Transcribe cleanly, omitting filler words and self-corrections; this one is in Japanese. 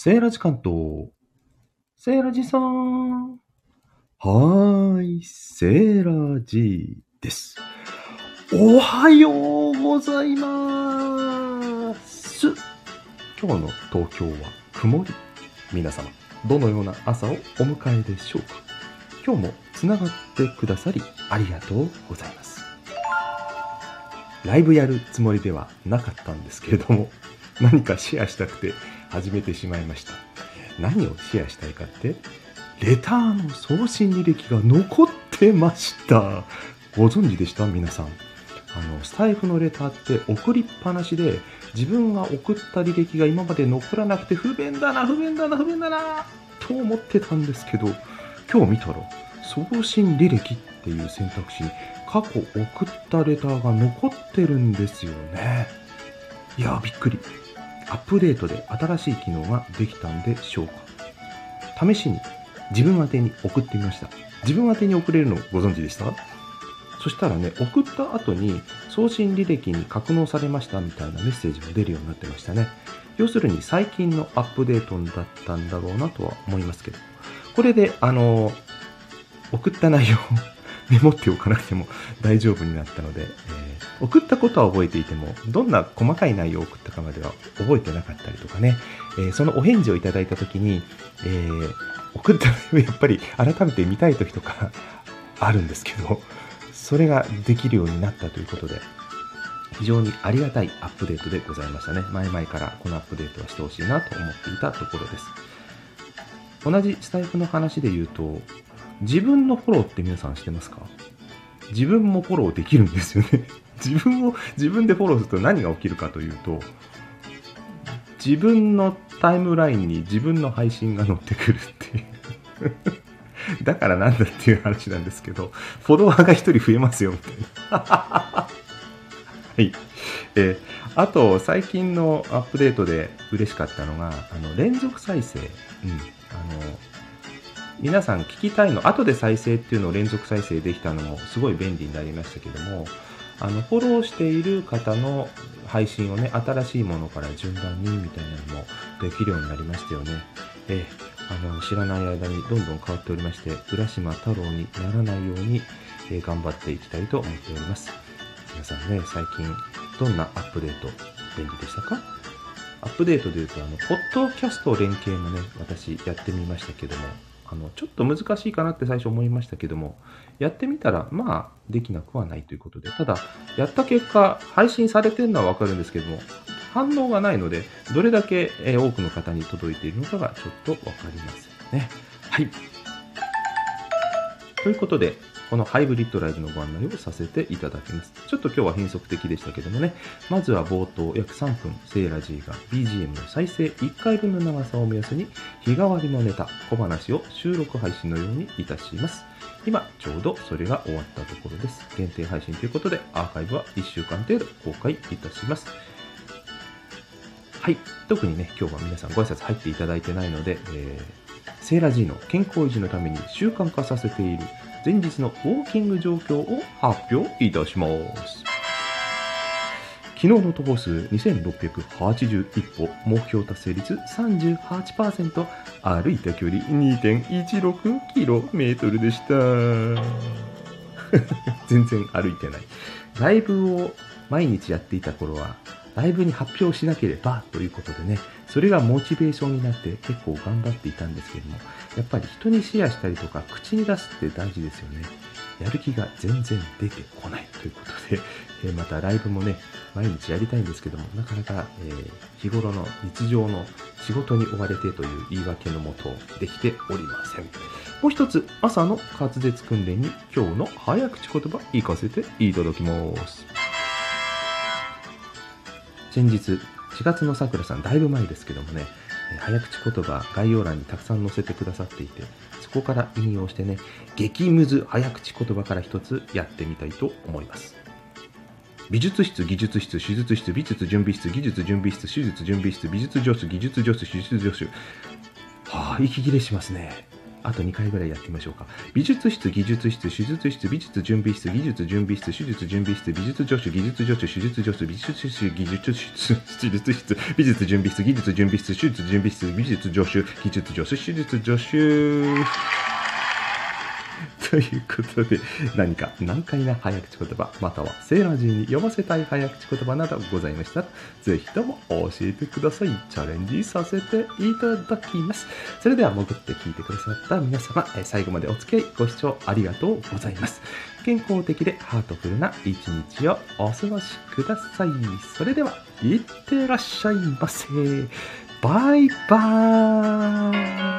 セーラジ関東。セーラジさん。はーい、セーラジです。おはようございます。今日の東京は曇り。皆様、どのような朝をお迎えでしょうか。今日もつながってくださりありがとうございます。ライブやるつもりではなかったんですけれども、何かシェアしたくて始めてしまいました。何をシェアしたいかって、レターの送信履歴が残ってました。ご存知でした？皆さん。スタイフのレターって送りっぱなしで、自分が送った履歴が今まで残らなくて不便だなと思ってたんですけど、今日見たら送信履歴っていう選択肢に過去送ったレターが残ってるんですよね。いやびっくり。アップデートで新しい機能ができたんでしょうか。試しに自分宛てに送ってみました。自分宛てに送れるのご存知でした？そしたらね、送った後に送信履歴に格納されましたみたいなメッセージも出るようになってましたね。要するに最近のアップデートだったんだろうなとは思いますけど、これで送った内容をメモっておかなくても大丈夫になったので、送ったことは覚えていても、どんな細かい内容を送ったかまでは覚えてなかったりとかね、そのお返事をいただいたときに、送った内容をやっぱり改めて見たいときとかあるんですけど、それができるようになったということで、非常にありがたいアップデートでございましたね。前々からこのアップデートはしてほしいなと思っていたところです。同じスタイフの話で言うと、自分のフォローって皆さんしてますか？自分もフォローできるんですよね。自分を自分でフォローすると何が起きるかというと、自分のタイムラインに自分の配信が載ってくるっていうだからなんだっていう話なんですけど、フォロワーが一人増えますよみたいなはい。あと最近のアップデートで嬉しかったのが連続再生、皆さん聞きたいの後で再生っていうのを連続再生できたのもすごい便利になりましたけども、フォローしている方の配信をね、新しいものから順番にみたいなのもできるようになりましたよね。知らない間にどんどん変わっておりまして、浦島太郎にならないように、頑張っていきたいと思っております。皆さんね、最近どんなアップデート便利でしたか？アップデートでいうとポッドキャスト連携もね、私やってみましたけども、ちょっと難しいかなって最初思いましたけども、やってみたらまあできなくはないということで、ただやった結果配信されてるのはわかるんですけども、反応がないので、どれだけ多くの方に届いているのかがちょっとわかりませんね。はい。ということで、このハイブリッドライブのご案内をさせていただきます。ちょっと今日は変則的でしたけどもね、まずは冒頭約3分、セーラ G が BGM の再生1回分の長さを目安に、日替わりのネタ、小話を収録配信のようにいたします。今、ちょうどそれが終わったところです。限定配信ということで、アーカイブは1週間程度公開いたします。はい。特にね、今日は皆さんご挨拶入っていただいてないので、セーラ G の健康維持のために習慣化させている前日のウォーキング状況を発表いたします。昨日の徒歩数2681歩、目標達成率 38%、歩いた距離 2.16km でした。全然歩いてない。ライブを毎日やっていた頃は、ライブに発表しなければということでね、それがモチベーションになって結構頑張っていたんですけども、やっぱり人にシェアしたりとか口に出すって大事ですよね。やる気が全然出てこないということで、またライブもね、毎日やりたいんですけども、なかなか、日頃の日常の仕事に追われてという言い訳のもとできておりません。もう一つ、朝の滑舌訓練に今日の早口言葉行かせていただきます。先日、4月のさくらさん、だいぶ前ですけどもね、早口言葉概要欄にたくさん載せてくださっていて、そこから引用してね、激ムズ早口言葉から一つやってみたいと思います。美術室、技術室、手術室、美術準備室、技術準備室、手術準備室、美術助手、技術助手、手術助手。はあ、息切れしますね。 あと2回ぐらいやってみましょうか。美術室、技術室、手術室、美術準備室、技術準備室、手術準備室、美術助手、技術助手、手術助手、美術室、技術室、手術室、美術準備室、技術準備室、手術準備室、美術助手、技術助手、手術助手。ということで、何か難解な早口言葉、またはセーラーGに読ませたい早口言葉などございましたら、ぜひとも教えてください。チャレンジさせていただきます。それでは潜って聞いてくださった皆様、最後までお付き合いご視聴ありがとうございます。健康的でハートフルな一日をお過ごしください。それでは、いってらっしゃいませ。バイバーイ。